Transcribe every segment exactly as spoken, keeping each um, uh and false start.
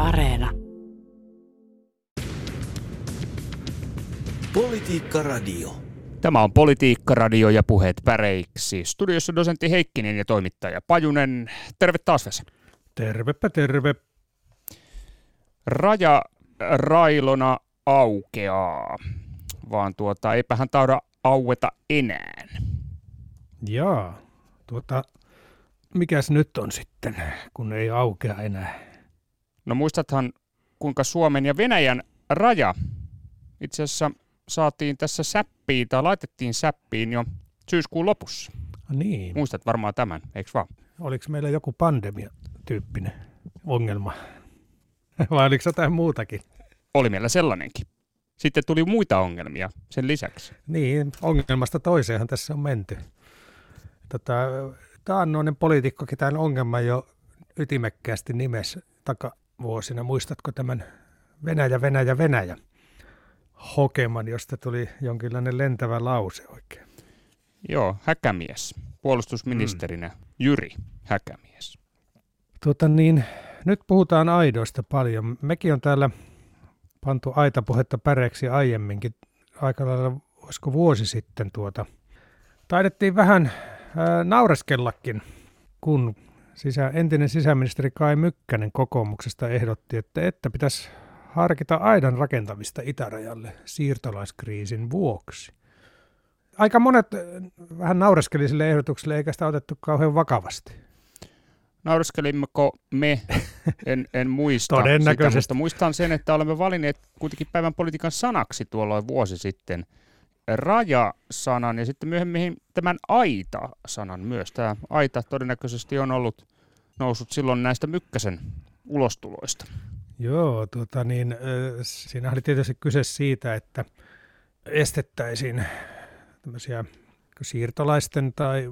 Areena. Politiikka Radio. Tämä on Politiikka Radio ja puheet päreiksi. Studiossa dosentti Heikkinen ja toimittaja Pajunen. Terve taas, Vesa. Tervepä terve. Raja railona aukeaa, vaan tuota, eipähän tauda aueta enää. Jaa, tuota, mikäs nyt on sitten, kun ei aukea enää? No muistathan, kuinka Suomen ja Venäjän raja itse asiassa saatiin tässä säppiin, tai laitettiin säppiin jo syyskuun lopussa. Niin. Muistat varmaan tämän, eikö vaan? Oliko meillä joku pandemia-tyyppinen ongelma? Vai oliko jotain muutakin? Oli meillä sellainenkin. Sitten tuli muita ongelmia sen lisäksi. Niin, ongelmasta toiseenhan tässä on menty. Tota, taannoinen poliitikkokin tämän ongelman jo ytimekkäästi nimessä takavuosina. Muistatko tämän Venäjä, Venäjä, Venäjä hokeman, josta tuli jonkinlainen lentävä lause oikein? Joo, Häkämies. Puolustusministerinä mm. Jyri Häkämies. Tota niin, nyt puhutaan aidoista paljon. Mekin on täällä pantu aitapuhetta päreeksi aiemminkin. Aika lailla, olisiko vuosi sitten tuota. Taidettiin vähän ää, naureskellakin, kun sisä, entinen sisäministeri Kai Mykkänen kokoomuksesta ehdotti, että, että pitäisi harkita aidan rakentamista itärajalle siirtolaiskriisin vuoksi. Aika monet vähän naureskeli sille ehdotukselle, eikä sitä otettu kauhean vakavasti. Naureskelimmeko me? En, en muista Todennäköisesti. sitä, mutta muistan sen, että olemme valinneet kuitenkin päivän politiikan sanaksi tuolloin vuosi sitten raja-sanan ja sitten myöhemmin tämän aita-sanan myös. Tämä aita todennäköisesti on ollut noussut silloin näistä Mykkäsen ulostuloista. Joo, tuota niin, siinä oli tietysti kyse siitä, että estettäisiin tämmöisiä siirtolaisten tai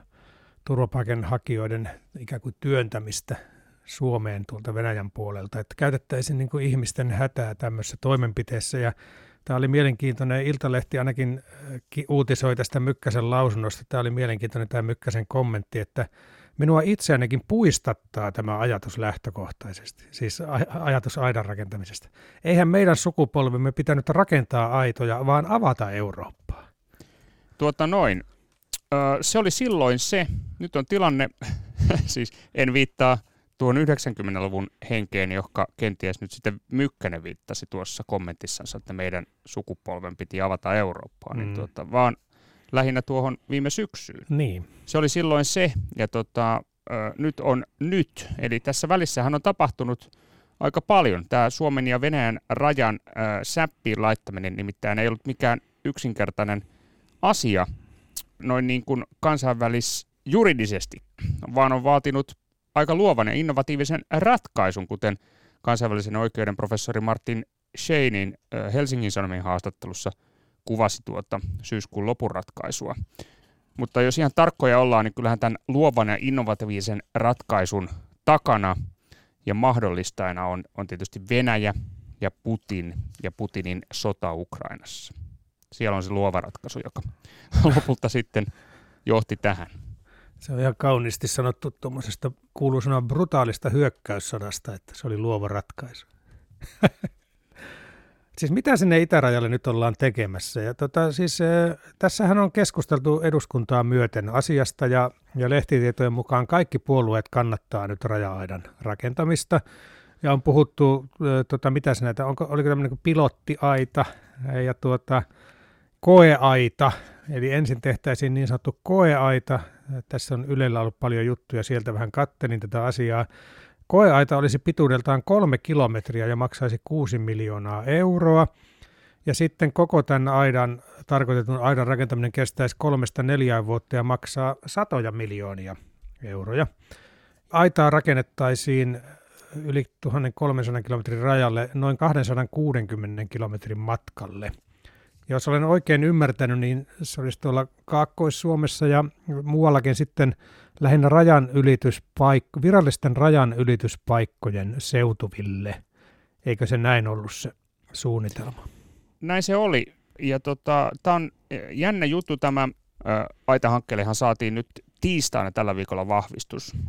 turvapaikanhakijoiden ikään kuin työntämistä Suomeen tuolta Venäjän puolelta, että käytettäisiin niin kuin ihmisten hätää tämmöisessä toimenpiteessä. Ja tämä oli mielenkiintoinen, Iltalehti ainakin uutisoi tästä Mykkäsen lausunnosta, tämä oli mielenkiintoinen tämä Mykkäsen kommentti, että minua itseänikin puistattaa tämä ajatus lähtökohtaisesti, siis ajatus aidan rakentamisesta. Eihän meidän sukupolvemme pitänyt rakentaa aitoja, vaan avata Eurooppaa. Tuota noin. Se oli silloin se, nyt on tilanne, siis en viittaa tuon yhdeksänkymmentäluvun henkeen, joka kenties nyt sitten Mykkänen viittasi tuossa kommentissansa, että meidän sukupolven piti avata Eurooppaa, mm. niin tuota, vaan lähinnä tuohon viime syksyyn. Niin. Se oli silloin se, ja tota, nyt on nyt, eli tässä välissähän on tapahtunut aika paljon. Tämä Suomen ja Venäjän rajan ää, säppiin laittaminen nimittäin ei ollut mikään yksinkertainen asia, noin niin kuin kansainvälisjuridisesti, vaan on vaatinut aika luovan ja innovatiivisen ratkaisun, kuten kansainvälisen oikeuden professori Martin Scheinin Helsingin Sanomien haastattelussa kuvasi tuota syyskuun lopun ratkaisua. Mutta jos ihan tarkkoja ollaan, niin kyllähän tämän luovan ja innovatiivisen ratkaisun takana ja mahdollistajana on, on tietysti Venäjä ja Putin ja Putinin sota Ukrainassa. Siellä on se luova ratkaisu, joka lopulta sitten johti tähän. Se on ihan kauniisti sanottu tuommoisesta kuuluisana brutaalista hyökkäyssodasta, että se oli luova ratkaisu. Siis mitä sinne itärajalle nyt ollaan tekemässä? Ja tota, siis, äh, tässähän on keskusteltu eduskuntaa myöten asiasta ja, ja lehtitietojen mukaan kaikki puolueet kannattaa nyt raja-aidan rakentamista. Ja on puhuttu, äh, tota, mitä se näitä, onko, oliko tämmöinen kuin pilottiaita ja tuota, koeaita. Eli ensin tehtäisiin niin sanottu koeaita. Tässä on Ylellä ollut paljon juttuja, sieltä vähän kattelin tätä asiaa. Koeaita olisi pituudeltaan kolme kilometriä ja maksaisi kuusi miljoonaa euroa. Ja sitten koko tämän aidan, tarkoitetun aidan rakentaminen kestäisi kolmesta neljään vuotta ja maksaa satoja miljoonia euroja. Aitaa rakennettaisiin yli tuhatkolmesataa kilometrin rajalle noin kaksisataakuusikymmentä kilometrin matkalle. Jos olen oikein ymmärtänyt, niin se olisi tuolla Kaakkois-Suomessa ja muuallakin sitten lähinnä rajan ylityspaikko, virallisten rajan ylityspaikkojen seutuville. Eikö se näin ollut se suunnitelma? Näin se oli. Ja tota, tämä on jännä juttu. Tämä ä, aitahankkeellehan saatiin nyt tiistaina tällä viikolla vahvistus.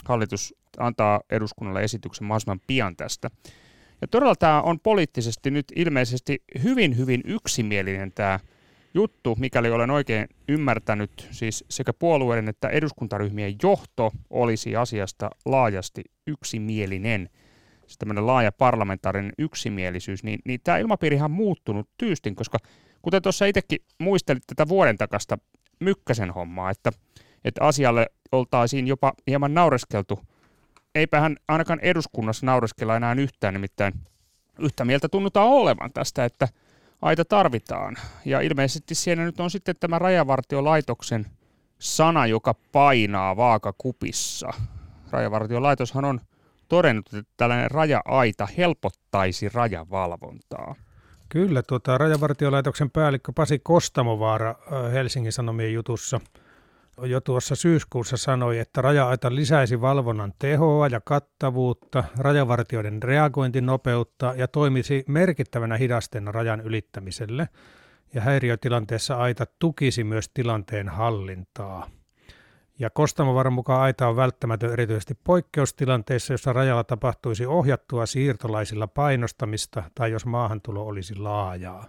hallitus antaa eduskunnalle esityksen mahdollisimman pian tästä. Ja todella tämä on poliittisesti nyt ilmeisesti hyvin, hyvin yksimielinen tämä juttu, mikäli olen oikein ymmärtänyt, siis sekä puolueiden että eduskuntaryhmien johto olisi asiasta laajasti yksimielinen. Siis tämmöinen laaja parlamentaarinen yksimielisyys, niin, niin tämä ilmapiirihan on muuttunut tyystin, koska kuten tuossa itsekin muistelit tätä vuoden takasta Mykkäsen hommaa, että, että asialle oltaisiin jopa hieman naureskeltu. Eipähän ainakaan eduskunnassa naureskella enää yhtään, nimittäin yhtä mieltä tunnutaan olevan tästä, että aita tarvitaan. Ja ilmeisesti siellä nyt on sitten tämä Rajavartiolaitoksen sana, joka painaa vaakakupissa. Rajavartiolaitoshan on todennut, että tällainen raja-aita helpottaisi rajavalvontaa. Kyllä, tuota, Rajavartiolaitoksen päällikkö Pasi Kostamovaara Helsingin Sanomien jutussa jo tuossa syyskuussa sanoi, että raja-aita lisäisi valvonnan tehoa ja kattavuutta, rajavartijoiden reagointinopeutta ja toimisi merkittävänä hidasteena rajan ylittämiselle. Ja häiriötilanteessa aita tukisi myös tilanteen hallintaa. Ja Kostamovaaran mukaan aita on välttämätön erityisesti poikkeustilanteissa, jossa rajalla tapahtuisi ohjattua siirtolaisilla painostamista tai jos maahantulo olisi laajaa.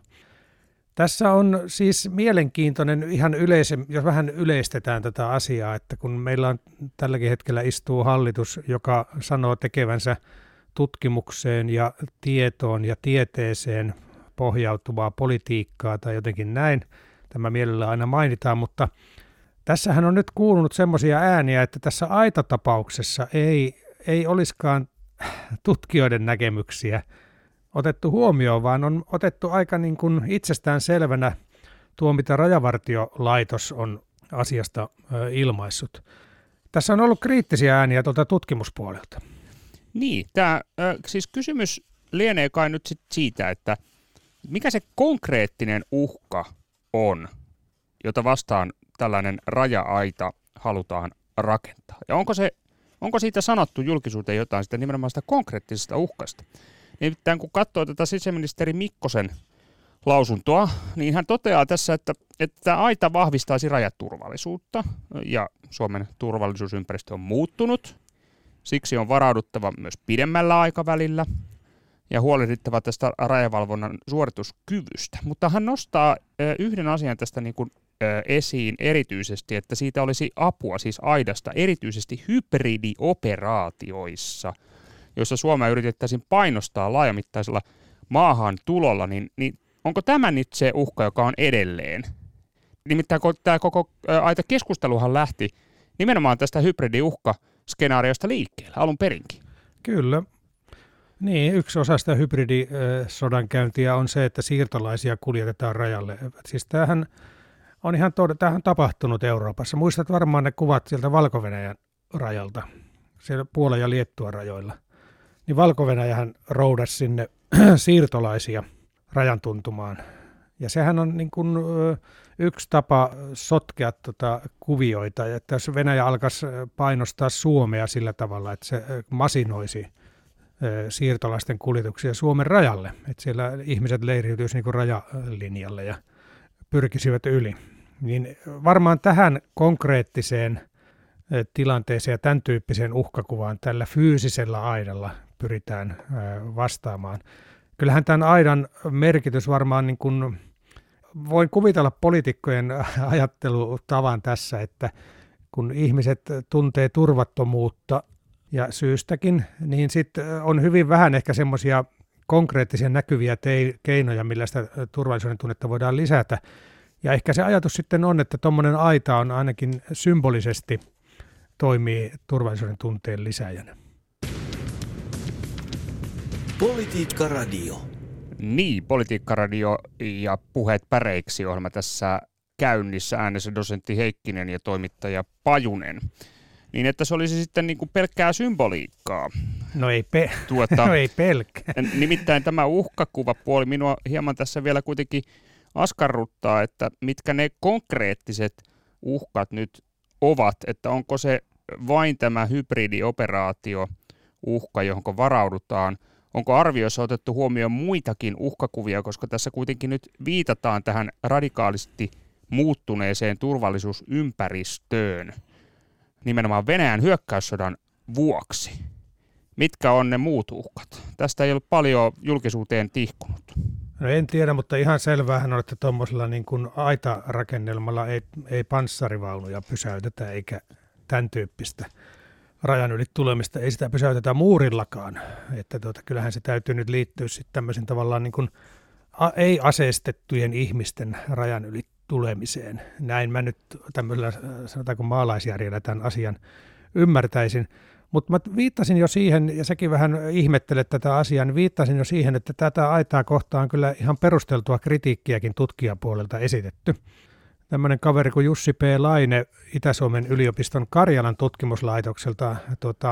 Tässä on siis mielenkiintoinen, ihan yleise, jos vähän yleistetään tätä asiaa, että kun meillä on tälläkin hetkellä istuu hallitus, joka sanoo tekevänsä tutkimukseen ja tietoon ja tieteeseen pohjautuvaa politiikkaa tai jotenkin näin, tämä mielellä aina mainitaan, mutta tässähän on nyt kuulunut semmoisia ääniä, että tässä aitatapauksessa ei, ei olisikaan tutkijoiden näkemyksiä otettu huomioon, vaan on otettu aika niin kuin itsestään selvänä tuo, mitä Rajavartiolaitos on asiasta ilmaissut. Tässä on ollut kriittisiä ääniä tuolta tutkimuspuolelta. Niin, tämä, siis kysymys lienee kai nyt sit siitä, että mikä se konkreettinen uhka on, jota vastaan tällainen raja-aita halutaan rakentaa. Ja onko, se, onko siitä sanottu julkisuuteen jotain sitä nimenomaan sitä konkreettisesta uhkasta? Nimittäin kun katsoo tätä sisäministeri Mikkosen lausuntoa, niin hän toteaa tässä, että, että aita vahvistaisi rajaturvallisuutta ja Suomen turvallisuusympäristö on muuttunut. Siksi on varauduttava myös pidemmällä aikavälillä ja huolehdittava tästä rajavalvonnan suorituskyvystä. Mutta hän nostaa yhden asian tästä niin kuin esiin erityisesti, että siitä olisi apua siis aidasta erityisesti hybridioperaatioissa, joissa Suomea yritettäisiin painostaa laajamittaisella maahan tulolla, niin, niin onko tämä nyt se uhka, joka on edelleen? Nimittäin tämä koko aita keskusteluhan lähti nimenomaan tästä hybridiuhkaskenaariosta liikkeelle alun perinkin. Kyllä. Niin, yksi osa sitä hybridisodankäyntiä on se, että siirtolaisia kuljetetaan rajalle. Siis tämähän on ihan tod- tämähän on tapahtunut Euroopassa. Muistat varmaan ne kuvat sieltä Valko-Venäjän rajalta, siellä Puolan ja Liettuan rajoilla. Niin Valko-Venäjähän roudasi sinne siirtolaisia rajan tuntumaan. Ja sehän on niin kuin yksi tapa sotkea tuota kuvioita, että jos Venäjä alkaisi painostaa Suomea sillä tavalla, että se masinoisi siirtolaisten kuljetuksia Suomen rajalle, että siellä ihmiset leiriytyisivät niin kuin rajalinjalle ja pyrkisivät yli. Niin varmaan tähän konkreettiseen tilanteeseen ja tämän tyyppiseen uhkakuvaan tällä fyysisellä aidalla pyritään vastaamaan. Kyllähän tämän aidan merkitys varmaan, niin kuin, voin kuvitella poliitikkojen ajattelutavan tässä, että kun ihmiset tuntee turvattomuutta ja syystäkin, niin sitten on hyvin vähän ehkä semmoisia konkreettisia näkyviä tei- keinoja, millä sitä turvallisuuden tunnetta voidaan lisätä. Ja ehkä se ajatus sitten on, että tuommoinen aita on ainakin symbolisesti toimii turvallisuuden tunteen lisääjänä. Politiikka Radio. Niin, Politiikka Radio ja Puheet päreiksi -ohjelma tässä käynnissä, äänessä dosentti Heikkinen ja toimittaja Pajunen. Niin, että se olisi sitten niin kuin pelkkää symboliikkaa. No ei, pe- tuota, no ei pelkkää. Nimittäin tämä uhkakuvapuoli minua hieman tässä vielä kuitenkin askarruttaa, että mitkä ne konkreettiset uhkat nyt ovat, että onko se vain tämä hybridioperaatio uhka, johon varaudutaan, onko arvioissa otettu huomioon muitakin uhkakuvia, koska tässä kuitenkin nyt viitataan tähän radikaalisti muuttuneeseen turvallisuusympäristöön nimenomaan Venäjän hyökkäyssodan vuoksi. Mitkä on ne muut uhkat? Tästä ei ole paljon julkisuuteen tihkunut. No en tiedä, mutta ihan selvähän on, että tuommoisella niin kuin aitarakennelmalla ei, ei panssarivaunuja pysäytetä eikä tämän tyyppistä rajan yli tulemista. Ei sitä pysäytetä muurillakaan. Että tuota, kyllähän se täytyy nyt liittyä sitten tämmöisen tavallaan niin kuin a- ei-aseistettujen ihmisten rajan yli tulemiseen. Näin mä nyt tämmöisellä, sanotaanko maalaisjärjellä tämän asian ymmärtäisin. Mutta mä viittasin jo siihen, ja säkin vähän ihmettelet tätä asiaa, niin viittasin jo siihen, että tätä aitaa kohtaan on kyllä ihan perusteltua kritiikkiäkin tutkijapuolelta esitetty. Tämmöinen kaveri kuin Jussi P. Laine Itä-Suomen yliopiston Karjalan tutkimuslaitokselta tuota,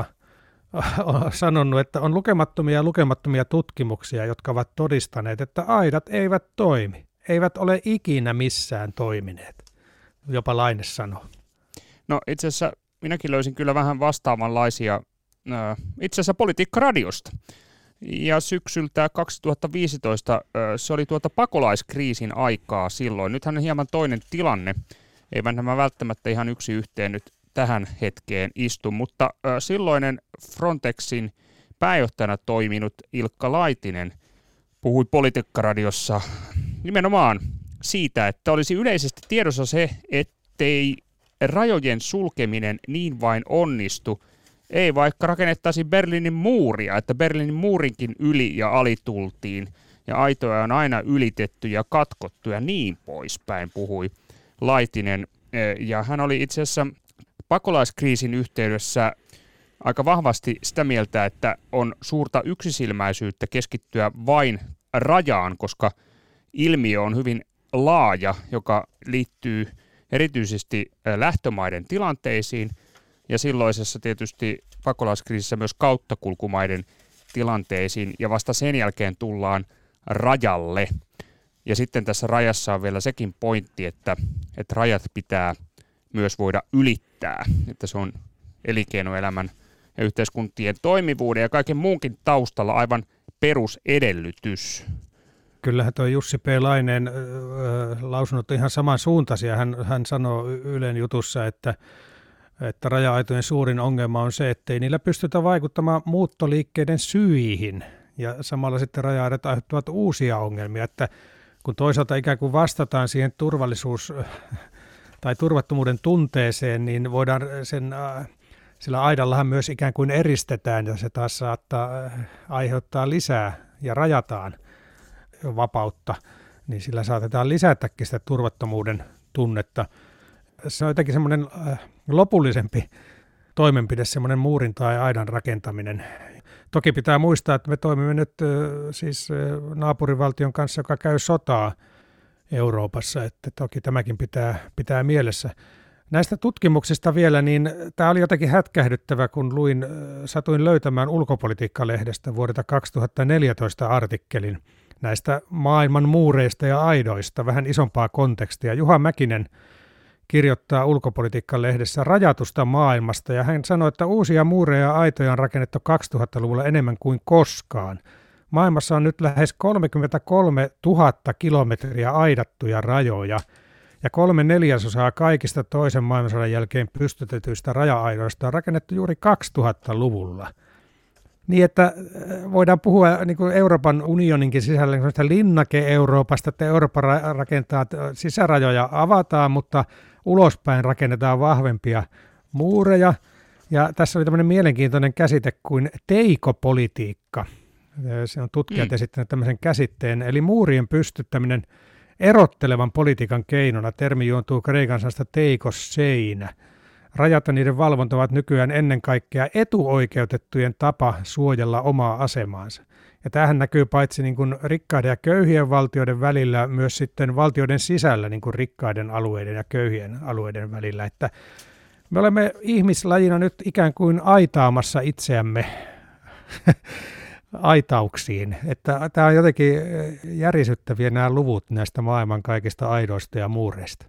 on sanonut, että on lukemattomia ja lukemattomia tutkimuksia, jotka ovat todistaneet, että aidat eivät toimi. Eivät ole ikinä missään toimineet, jopa Laine sanoo. No itse asiassa minäkin löysin kyllä vähän vastaavanlaisia äh, itse asiassa Politiikka-radiosta. Ja syksyltä kaksituhattaviisitoista äh, se oli tuota pakolaiskriisin aikaa silloin. Nythän on hieman toinen tilanne. Eivät nämä välttämättä ihan yksi yhteen nyt tähän hetkeen istu, mutta äh, silloinen Frontexin pääjohtajana toiminut Ilkka Laitinen puhui Politiikka-radiossa nimenomaan siitä, että olisi yleisesti tiedossa se, ettei rajojen sulkeminen niin vain onnistu, ei vaikka rakennettaisiin Berliinin muuria, että Berliinin muurinkin yli ja ali tultiin, ja aitoja on aina ylitetty ja katkottu ja niin poispäin, puhui Laitinen. Ja hän oli itse asiassa pakolaiskriisin yhteydessä aika vahvasti sitä mieltä, että on suurta yksisilmäisyyttä keskittyä vain rajaan, koska ilmiö on hyvin laaja, joka liittyy erityisesti lähtömaiden tilanteisiin ja silloisessa tietysti pakolaiskriisissä myös kauttakulkumaiden tilanteisiin ja vasta sen jälkeen tullaan rajalle. Ja sitten tässä rajassa on vielä sekin pointti, että, että rajat pitää myös voida ylittää, että se on elinkeinoelämän ja yhteiskuntien toimivuuden ja kaiken muunkin taustalla aivan perusedellytys. Kyllähän tuo Jussi P. Laineen äh, lausunut ihan samansuuntaisia. Hän, hän sanoo Ylen jutussa, että, että raja-aitojen suurin ongelma on se, ettei niillä pystytä vaikuttamaan muuttoliikkeiden syihin. Ja samalla sitten raja-aidat aiheuttavat uusia ongelmia, että kun toisaalta ikään kuin vastataan siihen turvallisuus- tai turvattomuuden tunteeseen, niin voidaan sen, äh, sillä aidallahan myös ikään kuin eristetään ja se taas saattaa aiheuttaa lisää ja rajataan vapautta, niin sillä saatetaan lisätäkin sitä turvattomuuden tunnetta. Se on jotenkin semmoinen lopullisempi toimenpide, semmoinen muurin tai aidan rakentaminen. Toki pitää muistaa, että me toimimme nyt siis naapurivaltion kanssa, joka käy sotaa Euroopassa, että toki tämäkin pitää, pitää mielessä. Näistä tutkimuksista vielä, niin tämä oli jotenkin hätkähdyttävä, kun luin, satuin löytämään Ulkopolitiikka-lehdestä vuodelta kaksituhattaneljätoista artikkelin näistä maailman muureista ja aidoista, vähän isompaa kontekstia. Juha Mäkinen kirjoittaa Ulkopolitiikka-lehdessä rajatusta maailmasta, ja hän sanoi, että uusia muureja ja aitoja on rakennettu kaksituhattaluvulla enemmän kuin koskaan. Maailmassa on nyt lähes kolmekymmentäkolmetuhatta kilometriä aidattuja rajoja, ja kolme neljäsosaa kaikista toisen maailmansodan jälkeen pystytetyistä raja-aidoista on rakennettu juuri kaksituhattaluvulla. Niin, että voidaan puhua niin kuin Euroopan unioninkin sisällä niin linnake-Euroopasta, että Eurooppa rakentaa sisärajoja, avataan, mutta ulospäin rakennetaan vahvempia muureja. Ja tässä oli tämmöinen mielenkiintoinen käsite kuin teikopolitiikka. Se on tutkijat mm. esittänyt tämmöisen käsitteen, eli muurien pystyttäminen erottelevan politiikan keinona. Termi juontuu kreikan sanasta teikos seinä. Rajat ja niiden valvonta ovat nykyään ennen kaikkea etuoikeutettujen tapa suojella omaa asemaansa. Ja tämähän näkyy paitsi niin kuin rikkaiden ja köyhien valtioiden välillä, myös sitten valtioiden sisällä niin kuin rikkaiden alueiden ja köyhien alueiden välillä. Että me olemme ihmislajina nyt ikään kuin aitaamassa itseämme aitauksiin. Että tämä on jotenkin järisyttäviä nämä luvut näistä maailman kaikista aidoista ja muureista.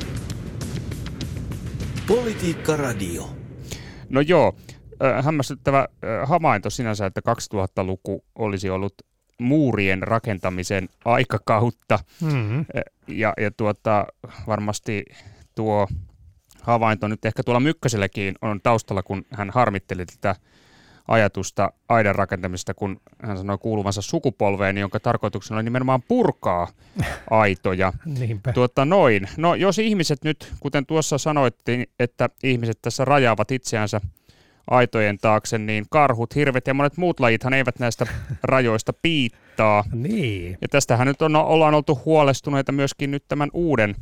Politiikka-radio. No joo, hämmästyttävä havainto sinänsä, että kaksituhattaluku olisi ollut muurien rakentamisen aikakautta. Mm-hmm. Ja, ja tuota, varmasti tuo havainto nyt ehkä tuolla Mykkäselläkin on taustalla, kun hän harmitteli tätä ajatusta aidan rakentamisesta, kun hän sanoi kuuluvansa sukupolveen, jonka tarkoituksena oli nimenomaan purkaa aitoja. Niinpä. Tuota noin. No jos ihmiset nyt, kuten tuossa sanoittiin, että ihmiset tässä rajaavat itseänsä aitojen taakse, niin karhut, hirvet ja monet muut lajithan eivät näistä rajoista piittaa. Niin. Ja tästähän nyt on, ollaan oltu huolestuneita myöskin nyt tämän uuden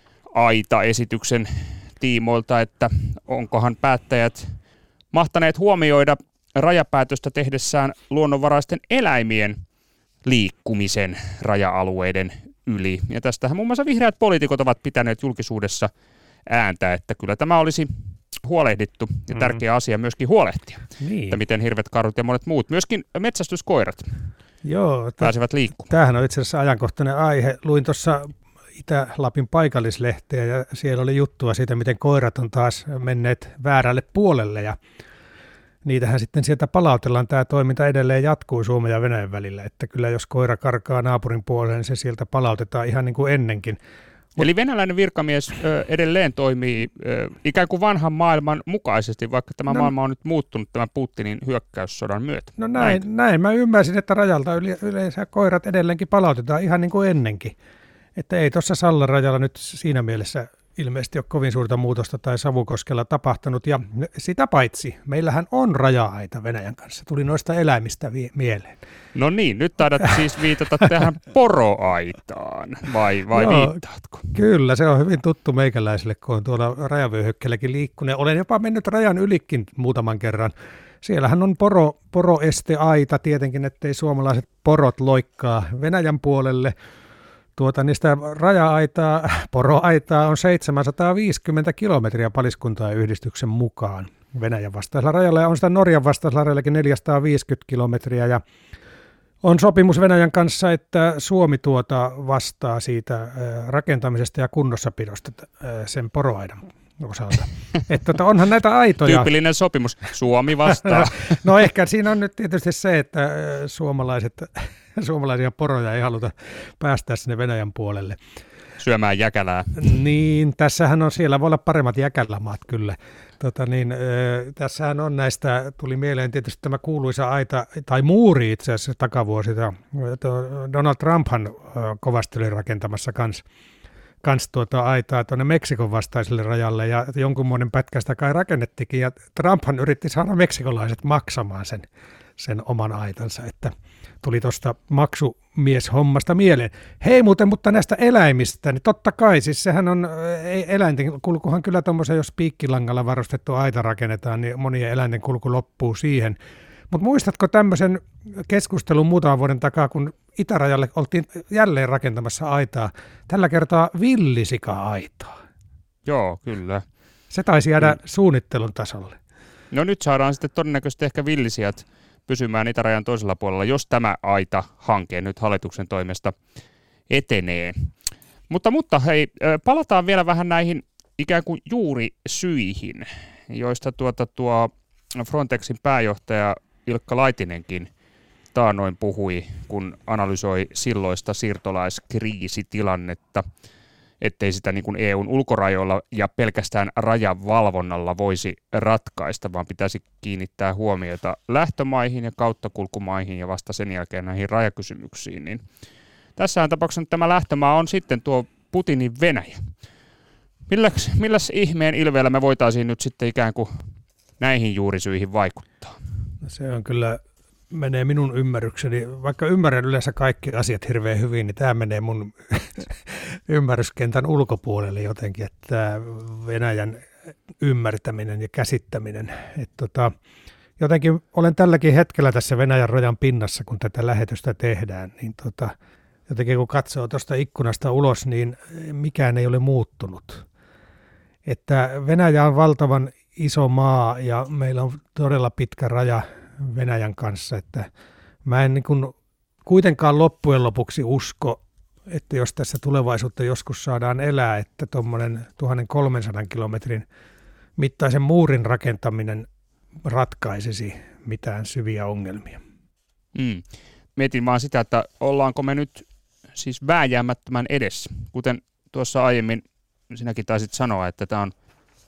aita-esityksen tiimoilta, että onkohan päättäjät mahtaneet huomioida rajapäätöstä tehdessään luonnonvaraisten eläimien liikkumisen raja-alueiden yli. Ja tästähän muun muassa vihreät poliitikot ovat pitäneet julkisuudessa ääntä, että kyllä tämä olisi huolehdittu ja tärkeä asia myöskin huolehtia, Niin. että miten hirvet, karhut ja monet muut, myöskin metsästyskoirat Joo, t- pääsevät liikkumaan. tämähän on itse asiassa ajankohtainen aihe. Luin tuossa Itä-Lapin paikallislehteä ja siellä oli juttua siitä, miten koirat on taas menneet väärälle puolelle ja niitähän sitten sieltä palautellaan. Tämä toiminta edelleen jatkuu Suomen ja Venäjän välillä, että kyllä jos koira karkaa naapurin puoleen, niin se sieltä palautetaan ihan niin kuin ennenkin. Eli venäläinen virkamies ö, edelleen toimii ö, ikään kuin vanhan maailman mukaisesti, vaikka tämä no, maailma on nyt muuttunut tämän Putinin hyökkäyssodan myötä. No näin, näin. näin. Mä ymmärsin, että rajalta yleensä koirat edelleenkin palautetaan ihan niin kuin ennenkin. Että ei tuossa Sallan rajalla nyt siinä mielessä ilmeisesti ole kovin suurta muutosta tai Savukoskella tapahtunut. Ja sitä paitsi, meillähän on raja-aita Venäjän kanssa. Tuli noista eläimistä vie- mieleen. No niin, nyt taidat siis viitata tähän poroaitaan, vai, vai Joo, viittaatko? Kyllä, se on hyvin tuttu meikäläisille, kun on tuolla rajavyöhykkeelläkin liikkunut. Olen jopa mennyt rajan ylikin muutaman kerran. Siellähän on poro, poroesteaita tietenkin, ettei suomalaiset porot loikkaa Venäjän puolelle. Tuota, niistä raja-aitaa, poroaitaa on seitsemänsataaviisikymmentä kilometriä paliskuntain yhdistyksen mukaan Venäjän vastaisella rajalla, ja on sitä Norjan vastaisella rajallakin neljäsataaviisikymmentä kilometriä, ja on sopimus Venäjän kanssa, että Suomi tuota vastaa siitä rakentamisesta ja kunnossapidosta sen poroaidan osalta. Että tota, onhan näitä aitoja. Tyypillinen sopimus. Suomi vastaa. No ehkä siinä on nyt tietysti se, että suomalaiset, suomalaisia poroja ei haluta päästää sinne Venäjän puolelle. Syömään jäkälää. Niin, tässähän on, siellä voi olla paremmat jäkälämaat kyllä. Tota niin, tässähän on näistä, tuli mieleen tietysti tämä kuuluisa aita, tai muuri itse asiassa takavuosita. Donald Trumphan kovasti oli rakentamassa kans, kans tuota aitaa tuonne Meksikon vastaiselle rajalle, ja jonkunmoinen pätkä sitä kai rakennettikin, ja Trumphan yritti saada meksikolaiset maksamaan sen, sen oman aitansa, että tuli tuosta maksumieshommasta mieleen. Hei muuten, mutta näistä eläimistä, niin totta kai, siis sehän on, eläinten kulkuhan kyllä tuommoisen, jos piikkilangalla varustettu aita rakennetaan, niin monien eläinten kulku loppuu siihen. Mutta muistatko tämmöisen keskustelun muutaman vuoden takaa, kun itärajalle oltiin jälleen rakentamassa aitaa, tällä kertaa villisika-aitaa? Joo, kyllä. Se taisi jäädä Mm. suunnittelun tasolle. No nyt saadaan sitten todennäköisesti ehkä villisijat pysymään itärajan toisella puolella, jos tämä aita-hanke nyt hallituksen toimesta etenee. Mutta, mutta hei, palataan vielä vähän näihin ikään kuin juurisyihin, joista tuota, tuo Frontexin pääjohtaja Ilkka Laitinenkin taannoin puhui, kun analysoi silloista siirtolaiskriisitilannetta, ettei sitä niin kuin E U:n ulkorajoilla ja pelkästään rajavalvonnalla voisi ratkaista, vaan pitäisi kiinnittää huomiota lähtömaihin ja kauttakulkumaihin ja vasta sen jälkeen näihin rajakysymyksiin. Niin tässähän tapauksessa nyt tämä lähtömaa on sitten tuo Putinin Venäjä. Milläs, milläs ihmeen ilveellä me voitaisiin nyt sitten ikään kuin näihin juurisyihin vaikuttaa? No se on kyllä, menee minun ymmärrykseni, vaikka ymmärrän yleensä kaikki asiat hirveän hyvin, niin tämä menee mun ymmärryskentän ulkopuolelle jotenkin, että Venäjän ymmärtäminen ja käsittäminen. Että tota, jotenkin olen tälläkin hetkellä tässä Venäjän rajan pinnassa, kun tätä lähetystä tehdään, niin tota, jotenkin kun katsoo tuosta ikkunasta ulos, niin mikään ei ole muuttunut. Että Venäjä on valtavan iso maa ja meillä on todella pitkä raja Venäjän kanssa, että mä en niin kuin kuitenkaan loppujen lopuksi usko, että jos tässä tulevaisuutta joskus saadaan elää, että tuommoinen tuhatkolmesataa kilometrin mittaisen muurin rakentaminen ratkaisisi mitään syviä ongelmia. Mm. Mietin vaan sitä, että ollaanko me nyt siis vääjäämättömän edessä, kuten tuossa aiemmin sinäkin taisit sanoa, että tämä on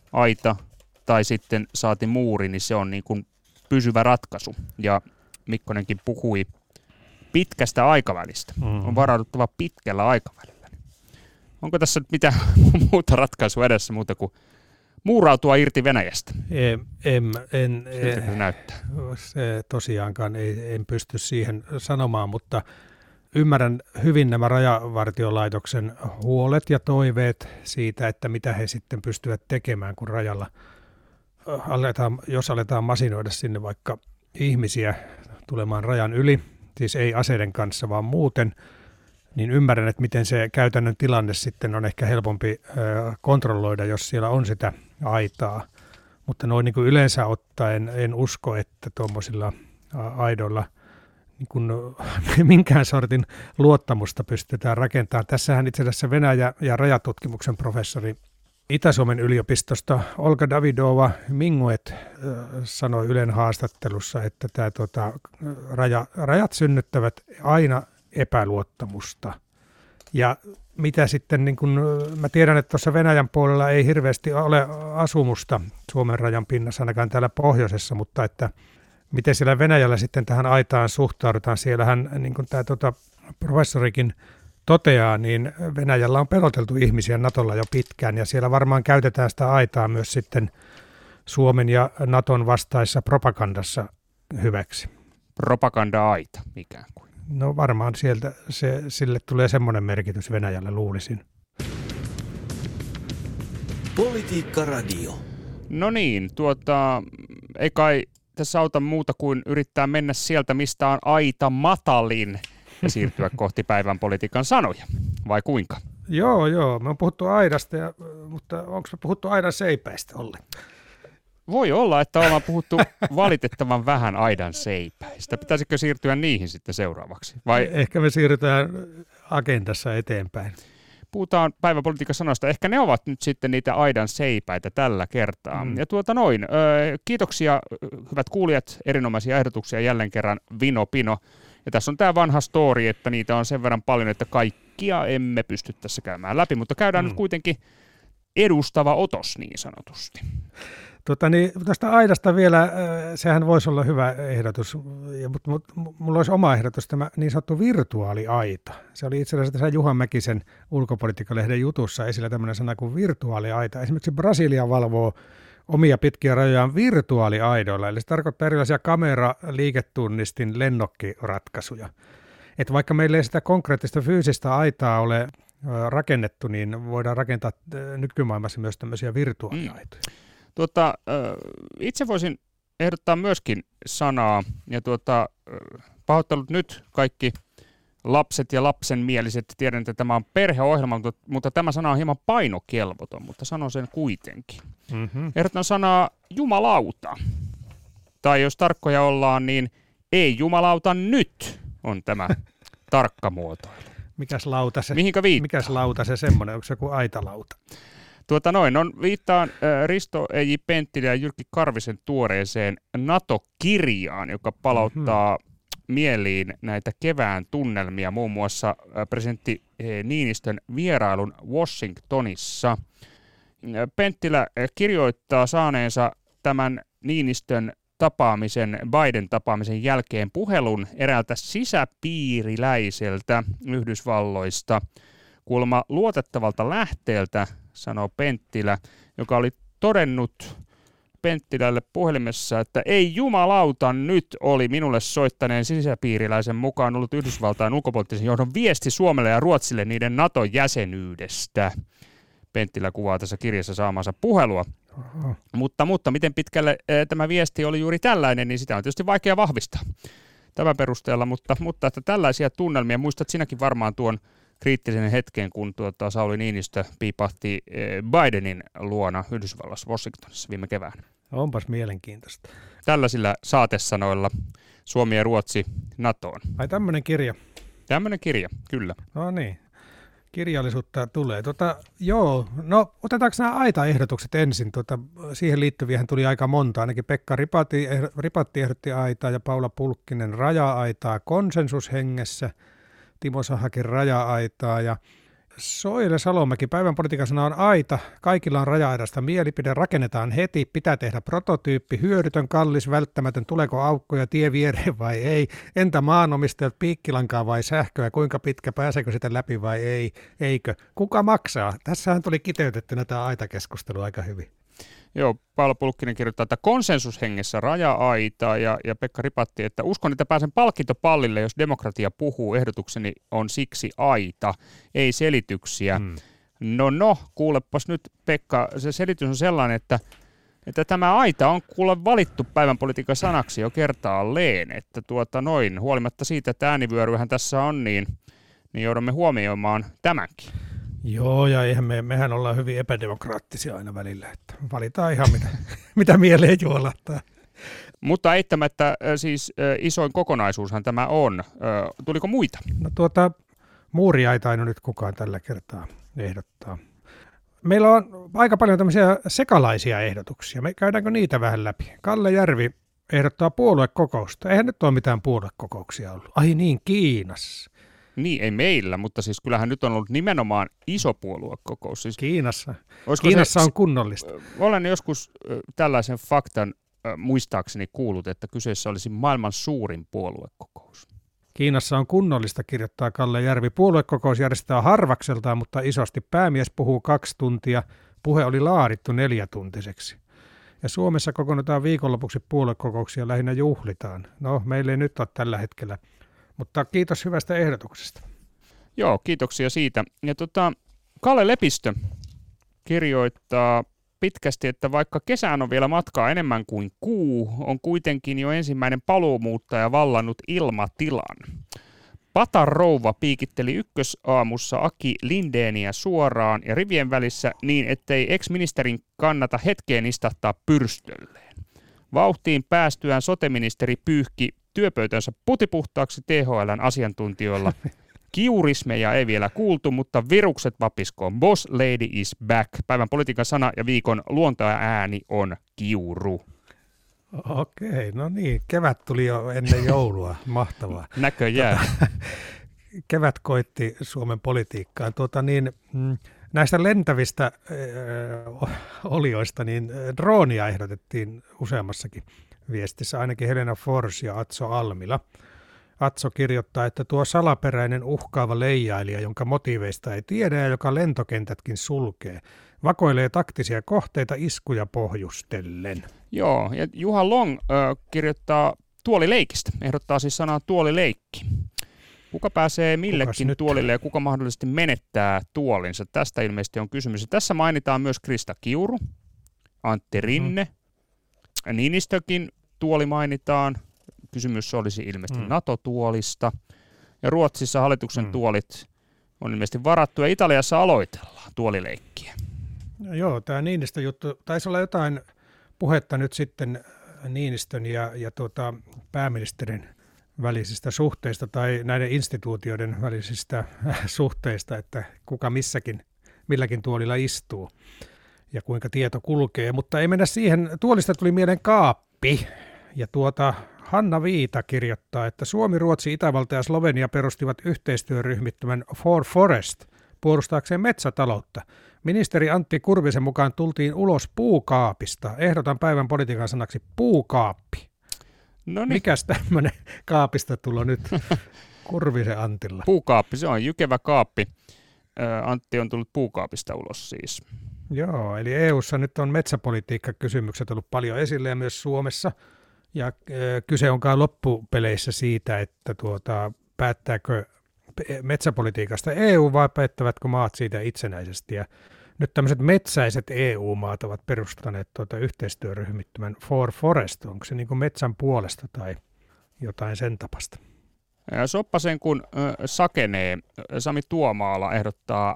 aita tai sitten saati muuri, niin se on niin kuin pysyvä ratkaisu. Ja Mikkonenkin puhui pitkästä aikavälistä. Mm-hmm. On varauduttava pitkällä aikavälillä. Onko tässä nyt mitään muuta ratkaisua edessä muuta kuin muurautua irti Venäjästä? En, en, en, Siltä se näyttää. Se tosiaankaan ei, en pysty siihen sanomaan, mutta ymmärrän hyvin nämä Rajavartiolaitoksen huolet ja toiveet siitä, että mitä he sitten pystyvät tekemään, kun rajalla aletaan, jos aletaan masinoida sinne vaikka ihmisiä tulemaan rajan yli, siis ei aseiden kanssa, vaan muuten, niin ymmärrän, että miten se käytännön tilanne sitten on ehkä helpompi kontrolloida, jos siellä on sitä aitaa. Mutta noin niin kuin yleensä ottaen en usko, että tuommoisilla aidoilla niin kuin minkään sortin luottamusta pystytään rakentamaan. Tässähän itse asiassa Venäjä- ja rajatutkimuksen professori Itä-Suomen yliopistosta Olga Davidova Minguet sanoi Ylen haastattelussa, että tämä, tuota, raja, rajat synnyttävät aina epäluottamusta. Ja mitä sitten, niin kun, mä tiedän, että tuossa Venäjän puolella ei hirveästi ole asumusta Suomen rajan pinnassa, ainakaan täällä pohjoisessa, mutta että miten siellä Venäjällä sitten tähän aitaan suhtaudutaan. Siellähän, niin kuin tämä tuota, professorikin toteaa, niin Venäjällä on peloteltu ihmisiä Natolla jo pitkään, ja siellä varmaan käytetään sitä aitaa myös sitten Suomen ja Naton vastaissa propagandassa hyväksi. Propaganda-aita ikään kuin. No varmaan sieltä se, sille tulee semmoinen merkitys Venäjälle, luulisin. Politiikka Radio. No niin, tuota, ei kai tässä auta muuta kuin yrittää mennä sieltä, mistä on aita matalin ja siirtyä kohti päivän politiikan sanoja, vai kuinka? Joo, joo. Me on puhuttu aidasta, ja, mutta onko me puhuttu aidan seipäistä ollenkaan? Voi olla, että ollaan puhuttu valitettavan vähän aidan seipäistä. Pitäisikö siirtyä niihin sitten seuraavaksi? Vai? Ehkä me siirrytään agendassa eteenpäin. Puhutaan päiväpolitiikan sanoista. Ehkä ne ovat nyt sitten niitä aidan seipäitä tällä kertaa. Mm. Ja tuota noin. Kiitoksia hyvät kuulijat, erinomaisia ehdotuksia jälleen kerran Vino Pino. Ja tässä on tämä vanha story, että niitä on sen verran paljon, että kaikkia emme pysty tässä käymään läpi, mutta käydään mm. nyt kuitenkin edustava otos niin sanotusti. Tota niin, tästä aidasta vielä, sehän voisi olla hyvä ehdotus, mutta mulla olisi oma ehdotus, tämä niin sanottu virtuaaliaita. Se oli itse asiassa tässä Juha Mäkisen ulkopolitiikkalehden jutussa esillä tämmöinen sana kuin virtuaaliaita. Esimerkiksi Brasilia valvoo omia pitkiä rajojaan virtuaaliaidoilla, eli se tarkoittaa erilaisia kameraliiketunnistin lennokkiratkaisuja. Että vaikka meillä ei sitä konkreettista fyysistä aitaa ole rakennettu, niin voidaan rakentaa nykymaailmassa myös tämmöisiä virtuaaliaitoja. Mm. Tuota, itse voisin ehdottaa myöskin sanaa, ja tuota, pahoittelut nyt kaikki lapset ja lapsenmieliset. Tiedän, että tämä on perheohjelma, mutta, mutta tämä sana on hieman painokelvoton, mutta sanon sen kuitenkin. Mm-hmm. Ehdotan sanaa jumalauta. Tai jos tarkkoja ollaan, niin ei jumalauta nyt on tämä tarkka muotoilu. Mikäs lauta se? Mihinkä viittaa? Mikäs lauta se semmoinen? Onko se joku aitalauta? Tuota noin, on, viittaan äh, Risto E J Penttilä ja Jyrki Karvisen tuoreeseen NATO-kirjaan, joka palauttaa mm-hmm. mieliin näitä kevään tunnelmia, muun muassa äh, presidentti äh, Niinistön vierailun Washingtonissa. Äh, Penttilä äh, kirjoittaa saaneensa tämän Niinistön tapaamisen, Biden-tapaamisen jälkeen puhelun eräältä sisäpiiriläiseltä Yhdysvalloista, kuulemma luotettavalta lähteeltä, sanoo Penttilä, joka oli todennut Penttilälle puhelimessa, että ei jumalauta nyt oli minulle soittaneen sisäpiiriläisen mukaan ollut Yhdysvaltain ulkopoliittisen johdon viesti Suomelle ja Ruotsille niiden NATO-jäsenyydestä. Penttilä kuvaa tässä kirjassa saamansa puhelua. Mutta, mutta miten pitkälle e, tämä viesti oli juuri tällainen, niin sitä on tietysti vaikea vahvistaa tämän perusteella, mutta, mutta että tällaisia tunnelmia, muistat sinäkin varmaan tuon kriittisen hetken, kun tuota Sauli Niinistö piipahti Bidenin luona Yhdysvallassa Washingtonissa viime keväänä. Onpas mielenkiintoista. Tällaisilla saatesanoilla Suomi ja Ruotsi NATOon. Ai tämmöinen kirja. Tämmöinen kirja, kyllä. No niin, kirjallisuutta tulee. Tota, joo, no otetaanko nämä aita-ehdotukset ensin? Tota, siihen liittyviähän tuli aika monta. Ainakin Pekka Ripatti, Ripatti ehdotti aitaa ja Paula Pulkkinen raja-aitaa konsensushengessä. Timo Sahakin raja-aitaa ja Soile Salomäki, päivän politiikan sana on aita. Kaikilla on raja-aidasta mielipide, rakennetaan heti, pitää tehdä prototyyppi, hyödytön, kallis, välttämätön, tuleeko aukkoja tie viereen vai ei. Entä maanomistajat, piikkilankaa vai sähköä, kuinka pitkä, pääseekö sitä läpi vai ei, eikö? Kuka maksaa? Tässähän tuli kiteytettynä tämä aitakeskustelu aika hyvin. Joo, Paula Pulkkinen kirjoittaa, että konsensushengessä raja-aita ja, ja Pekka Ripatti, että uskon, että pääsen palkintopallille, jos demokratia puhuu. Ehdotukseni on siksi aita, ei selityksiä. Hmm. No no, kuulepas nyt Pekka, se selitys on sellainen, että, että tämä aita on kuule valittu päivän politiikan sanaksi jo kertaalleen, että tuota noin, huolimatta siitä, että äänivyöryhän tässä on, niin, niin joudumme huomioimaan tämänkin. Joo, ja eihän me, mehän ollaan hyvin epädemokraattisia aina välillä, että valitaan ihan mitä, mitä mieleen juolahtaa. Mutta eittämättä siis isoin kokonaisuushan tämä on. Tuliko muita? No tuota, muuria ei tainnut nyt kukaan tällä kertaa ehdottaa. Meillä on aika paljon tämmöisiä sekalaisia ehdotuksia. Me käydäänkö niitä vähän läpi? Kalle Järvi ehdottaa puoluekokousta. Eihän nyt ole mitään puoluekokouksia ollut. Ai niin, Kiinassa. Niin, ei meillä, mutta siis kyllähän nyt on ollut nimenomaan iso puoluekokous. Siis, Kiinassa. Kiinassa se, on kunnollista. Olen joskus tällaisen faktan muistaakseni kuullut, että kyseessä olisi maailman suurin puoluekokous. Kiinassa on kunnollista, kirjoittaa Kalle Järvi. Puoluekokous järjestetään harvakseltaan, mutta isosti. Päämies puhuu kaksi tuntia. Puhe oli laadittu neljätuntiseksi. Ja Suomessa kokoonnutaan viikonlopuksi puoluekokouksia, lähinnä juhlitaan. No, meillä ei nyt ole tällä hetkellä. Mutta kiitos hyvästä ehdotuksesta. Joo, kiitoksia siitä. Ja tota, Kalle Lepistö kirjoittaa pitkästi, että vaikka kesään on vielä matkaa enemmän kuin kuu, on kuitenkin jo ensimmäinen paluumuuttaja vallannut ilmatilan. Patan rouva piikitteli ykkösaamussa Aki Lindéniä suoraan ja rivien välissä niin, ettei ex-ministerin kannata hetkeen istahtaa pyrstölleen. Vauhtiin päästyään sote-ministeri pyyhki työpöytänsä putipuhtaaksi T H L:n asiantuntijoilla. Kiurismeja ei vielä kuultu, mutta virukset vapiskoon. Boss lady is back. Päivän politiikan sana ja viikon luontoääni on kiuru. Okei, no niin. Kevät tuli jo ennen joulua. Mahtavaa. Näköjään. Kevät koitti Suomen politiikkaan. Tuota niin, näistä lentävistä äh, olioista, niin droonia ehdotettiin useammassakin viestissä, ainakin Helena Fors ja Atso Almila. Atso kirjoittaa, että tuo salaperäinen uhkaava leijailija, jonka motiiveista ei tiedä ja joka lentokentätkin sulkee, vakoilee taktisia kohteita iskuja pohjustellen. Joo, ja Juha Long äh, kirjoittaa tuolileikistä, ehdottaa siis sanaa tuolileikki. Kuka pääsee millekin tuolille ja kuka mahdollisesti menettää tuolinsa? Tästä ilmeisesti on kysymys. Ja tässä mainitaan myös Krista Kiuru, Antti Rinne, mm. Niinistökin tuoli mainitaan. Kysymys olisi ilmeisesti mm. NATO-tuolista. Ja Ruotsissa hallituksen mm. tuolit on ilmeisesti varattu ja Italiassa aloitellaan tuolileikkiä. No joo, tämä Niinistön juttu, taisi olla jotain puhetta nyt sitten Niinistön ja, ja tuota, pääministerin välisistä suhteista tai näiden instituutioiden välisistä suhteista, että kuka missäkin, milläkin tuolilla istuu ja kuinka tieto kulkee. Mutta ei mennä siihen. Tuolista tuli mieleen kaappi ja tuota Hanna Viita kirjoittaa, että Suomi, Ruotsi, Itävalta ja Slovenia perustivat yhteistyöryhmittymän For Forest puolustaakseen metsätaloutta. Ministeri Antti Kurvisen mukaan tultiin ulos puukaapista. Ehdotan päivän politiikan sanaksi puukaappi. Noniin. Mikäs tämmöinen kaapista tulo nyt Kurvisen Antilla? Puukaappi, se on jykevä kaappi. Antti on tullut puukaapista ulos siis. Joo, eli E U:ssa nyt on metsäpolitiikkakysymykset ollut paljon esille ja myös Suomessa. Ja äh, kyse onkaan loppupeleissä siitä, että tuota, päättääkö metsäpolitiikasta E U vai päättävätkö maat siitä itsenäisesti. Ja nyt tämmöiset metsäiset E U-maat ovat perustaneet tuota yhteistyöryhmittymän For Forest. Onko se niin kuin metsän puolesta tai jotain sen tapasta? Ja Soppasen kun äh, sakenee, Sami Tuomaala ehdottaa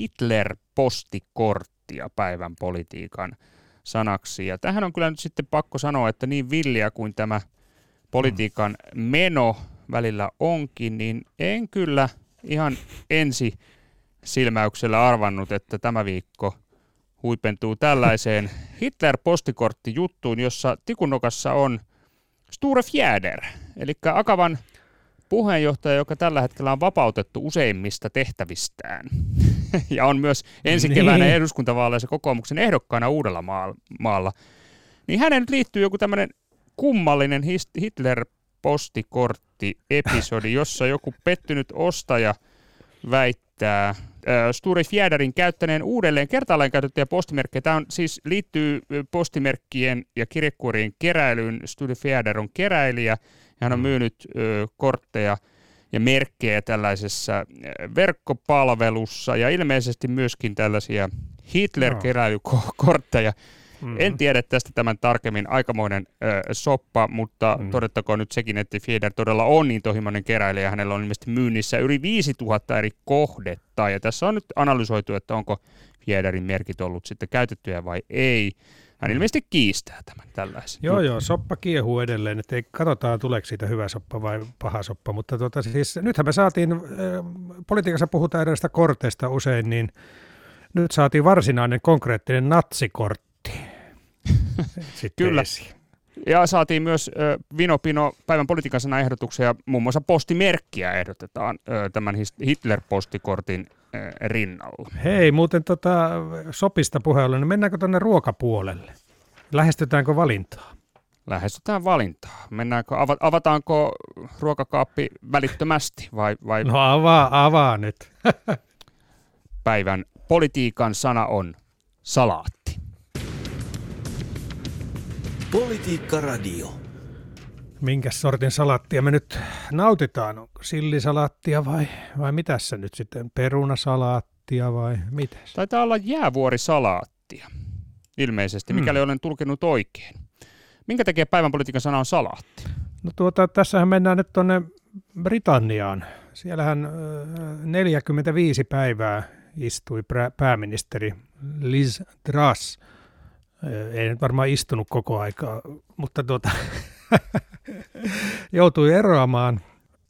Hitler-postikorttia päivän politiikan sanaksi. Ja tähän on kyllä nyt sitten pakko sanoa, että niin villiä kuin tämä politiikan meno välillä onkin, niin en kyllä ihan ensi silmäyksellä arvannut, että tämä viikko huipentuu tällaiseen Hitler-postikorttijuttuun, jossa tikunnokassa on Sture Fjäder, eli Akavan puheenjohtaja, joka tällä hetkellä on vapautettu useimmista tehtävistään. ja on myös ensi keväänä niin. eduskuntavaaleissa kokoomuksen ehdokkaana Uudella maalla, niin hänen nyt liittyy joku tämmöinen kummallinen Hitler-postikortti-episodi, jossa joku pettynyt ostaja väittää Sture Fjäderin käyttäneen uudelleen kertaalleen käytettyjä postimerkkejä. Tämä on, siis liittyy postimerkkien ja kirjekuorien keräilyyn. Sture Fjäder on keräilijä ja hän on myynyt ö, kortteja ja merkkejä tällaisessa verkkopalvelussa ja ilmeisesti myöskin tällaisia Hitler-keräilykortteja. Mm-hmm. En tiedä tästä tämän tarkemmin, aikamoinen ö, soppa, mutta mm-hmm. todettakoon nyt sekin, että Fjäder todella on niin tohimoinen keräilijä. Hänellä on ilmeisesti myynnissä yli viisituhatta eri kohdetta ja tässä on nyt analysoitu, että onko Fjäderin merkit ollut sitten käytettyjä vai ei. Hän ilmeisesti kiistää tämän tällaisen. Joo, joo, soppa kiehuu edelleen, että ei, katsotaan tuleeko siitä hyvä soppa vai paha soppa, mutta tuota, siis, nythän me saatiin, äh, politiikassa puhutaan edellisestä korteista usein, niin nyt saatiin varsinainen konkreettinen natsikortti. Kyllä. Esiin. Ja saatiin myös äh, Vino-Pino päivän politiikan sana ehdotuksia, muun muassa postimerkkiä ehdotetaan äh, tämän Hitler-postikortin äh, rinnalla. Hei, muuten tota, sopista puheella, niin mennäänkö tuonne ruokapuolelle? Lähestytäänkö valintaa? Lähestytään valintaa. Mennäänkö, ava- avataanko ruokakaappi välittömästi vai? vai... No avaa, avaa nyt. Päivän politiikan sana on salaatti. Politiikka Radio. Minkäs sortin salaattia me nyt nautitaan? Onko sillisalaattia vai, vai mitäs se nyt sitten? Perunasalaattia vai mitäs? Taitaa olla jäävuorisalaattia, ilmeisesti, mikäli hmm. olen tulkinut oikein. Minkä takia päivän politiikan sana on salaatti? No tuota, tässähän mennään nyt tuonne Britanniaan. Siellähän neljäkymmentäviisi päivää istui pääministeri Liz Truss. Ei nyt varmaan istunut koko aikaa, mutta tuota, joutui eroamaan.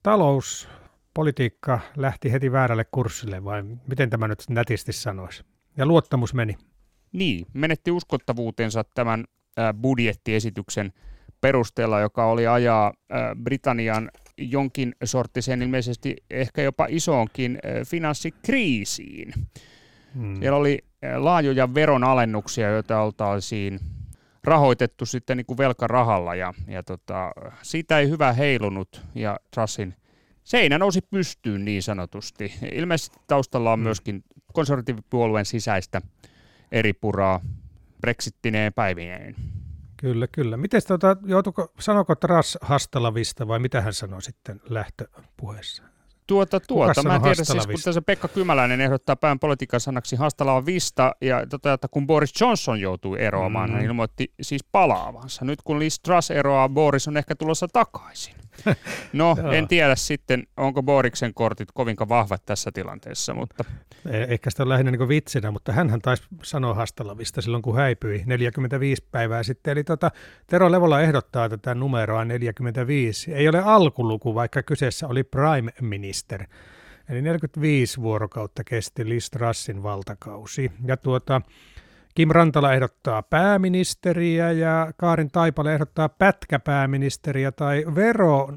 Talouspolitiikka lähti heti väärälle kurssille, vai miten tämä nyt nätisti sanoisi? Ja luottamus meni. Niin, menetti uskottavuutensa tämän äh, budjettiesityksen perusteella, joka oli ajaa äh, Britannian jonkin sorttiseen, ilmeisesti ehkä jopa isoonkin äh, finanssikriisiin. Hmm. Siellä oli laajoja veronalennuksia, joita oltaisiin rahoitettu sitten niin kuin velkarahalla ja, ja tota, siitä ei hyvä heilunut ja Trussin seinä nousi pystyyn niin sanotusti. Ilmeisesti taustalla on hmm. myöskin konservatiivipuolueen sisäistä eripuraa brexittineen päivineen. Kyllä, kyllä. Miten tuota, joutuiko, sanoiko Truss hastalavista vai mitä hän sanoi sitten lähtöpuheessa? Tuota, tuota. Mä en tiedä, siis kun tässä Pekka Kymäläinen ehdottaa pään politiikan sanaksi hastalava vista, ja tota, että kun Boris Johnson joutui eroamaan, mm. hän ilmoitti siis palaavansa. Nyt kun Liz Truss eroaa, Boris on ehkä tulossa takaisin. No, en tiedä sitten, onko Boriksen kortit kovinkaan vahvat tässä tilanteessa, mutta... Ehkä sitä on lähinnä niin kuin vitsinä, mutta hänhän taisi sanoa hastalavista silloin, kun häipyi neljäkymmentäviisi päivää sitten. Eli tota, Tero Levola ehdottaa tätä numeroa neljäkymmentäviisi. Ei ole alkuluku, vaikka kyseessä oli Prime Minister. Eli neljäkymmentäviisi vuorokautta kesti Liz Trussin valtakausi. Ja tuota... Kim Rantala ehdottaa pääministeriä ja Kaarin Taipale ehdottaa pätkäpääministeriä tai vero,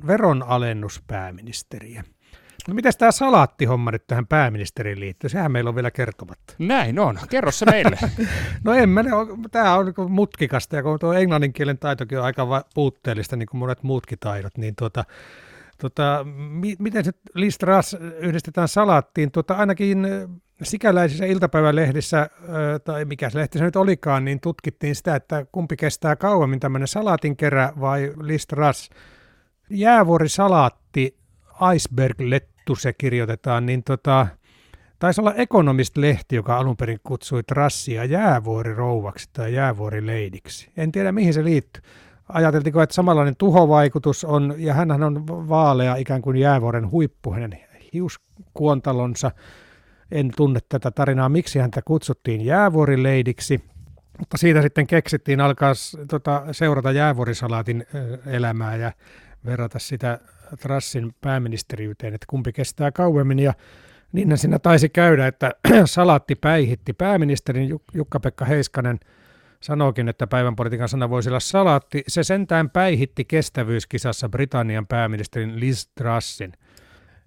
veronalennuspääministeriä. No mitäs tämä salaattihomma nyt tähän pääministeriin liittyy? Sehän meillä on vielä kertomatta. Näin on. Kerro se meille. No en mä, tämä on niin mutkikasta ja kun tuo englannin kielen taitokin on aika puutteellista, niin kuin monet muutkin taidot, niin tuota... Tota, mi- miten se Liz Truss yhdistetään salaattiin? Tuota, ainakin sikäläisissä iltapäivälehdissä, tai mikä se lehti se nyt olikaan, niin tutkittiin sitä, että kumpi kestää kauemmin, tämmöinen salaatinkerä vai Liz Truss. Jäävuorisalaatti, iceberg-lettu se kirjoitetaan, niin tota, taisi olla Economist-lehti, joka alun perin kutsui Trussia jäävuorirouvaksi tai jäävuorileidiksi. En tiedä, mihin se liittyy. Ajateltiko, että samanlainen tuhovaikutus on, ja hänhän on vaalea ikään kuin jäävuoren huippu, hänen hiuskuontalonsa. En tunne tätä tarinaa, miksi häntä kutsuttiin jäävuorileidiksi, mutta siitä sitten keksittiin alkaa tota, seurata jäävuorisalaatin elämää ja verrata sitä Trussin pääministeriyteen, että kumpi kestää kauemmin. Ja niin siinä taisi käydä, että salaatti päihitti pääministerin Jukka-Pekka Heiskanen. Sanookin, että päivän politiikan sana voisi olla salaatti. Se sentään päihitti kestävyyskisassa Britannian pääministerin Liz Trussin.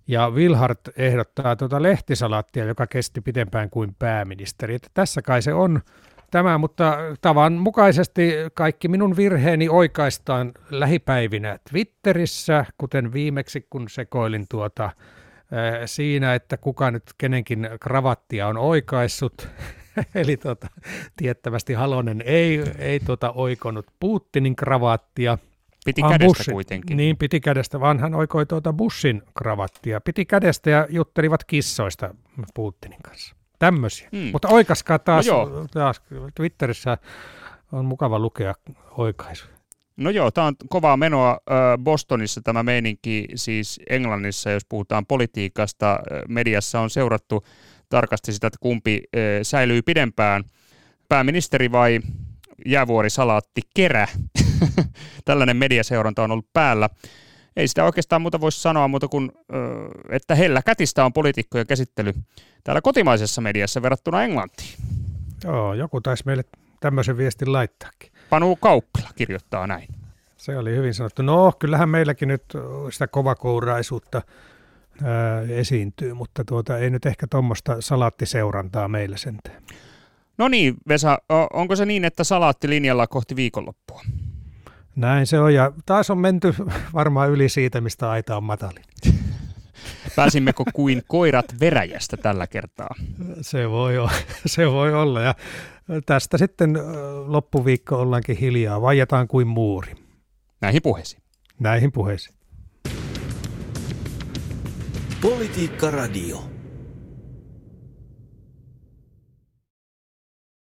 Ja Wilhart ehdottaa tuota lehtisalaattia, joka kesti pidempään kuin pääministeri. Että tässä kai se on tämä, mutta tavan mukaisesti kaikki minun virheeni oikaistaan lähipäivinä Twitterissä, kuten viimeksi kun sekoilin tuota siinä, että kuka nyt kenenkin kravattia on oikaissut. Eli tuota, tiettävästi Halonen ei, ei tuota oikonut Putinin kravattia. Piti kädestä Bushin, kuitenkin. Niin, piti kädestä, vaan hän oikoi tuota Bushin kravattia. Piti kädestä ja juttelivat kissoista Putinin kanssa. Tämmöisiä. Hmm. Mutta oikaskaa taas, no taas, Twitterissä on mukava lukea oikaisu. No joo, tämä on kovaa menoa Bostonissa tämä meininki, siis Englannissa, jos puhutaan politiikasta. Mediassa on seurattu tarkasti sitä, että kumpi säilyy pidempään, pääministeri vai jäävuorisalaatti kerä. Tällainen mediaseuranta on ollut päällä. Ei sitä oikeastaan muuta voisi sanoa muuta kuin, että hellä kätistä on poliitikkojen käsittely täällä kotimaisessa mediassa verrattuna Englantiin. Joo, joku taisi meille tämmöisen viestin laittaakin. Panu Kauppila kirjoittaa näin. Se oli hyvin sanottu. No, kyllähän meilläkin nyt sitä kovakouraisuutta ää, esiintyy, mutta tuota, ei nyt ehkä tuommoista salaattiseurantaa meillä sentään. No niin, Vesa, onko se niin, että salaattilinjalla kohti viikonloppua? Näin se on, ja taas on menty varmaan yli siitä, mistä aita on matalin. Pääsimmekö kuin koirat veräjästä tällä kertaa? Se voi, olla, se voi olla, ja tästä sitten loppuviikko ollaankin hiljaa, vaijataan kuin muuri. Näihin puheisiin. Näihin puheisiin. Politiikka Radio.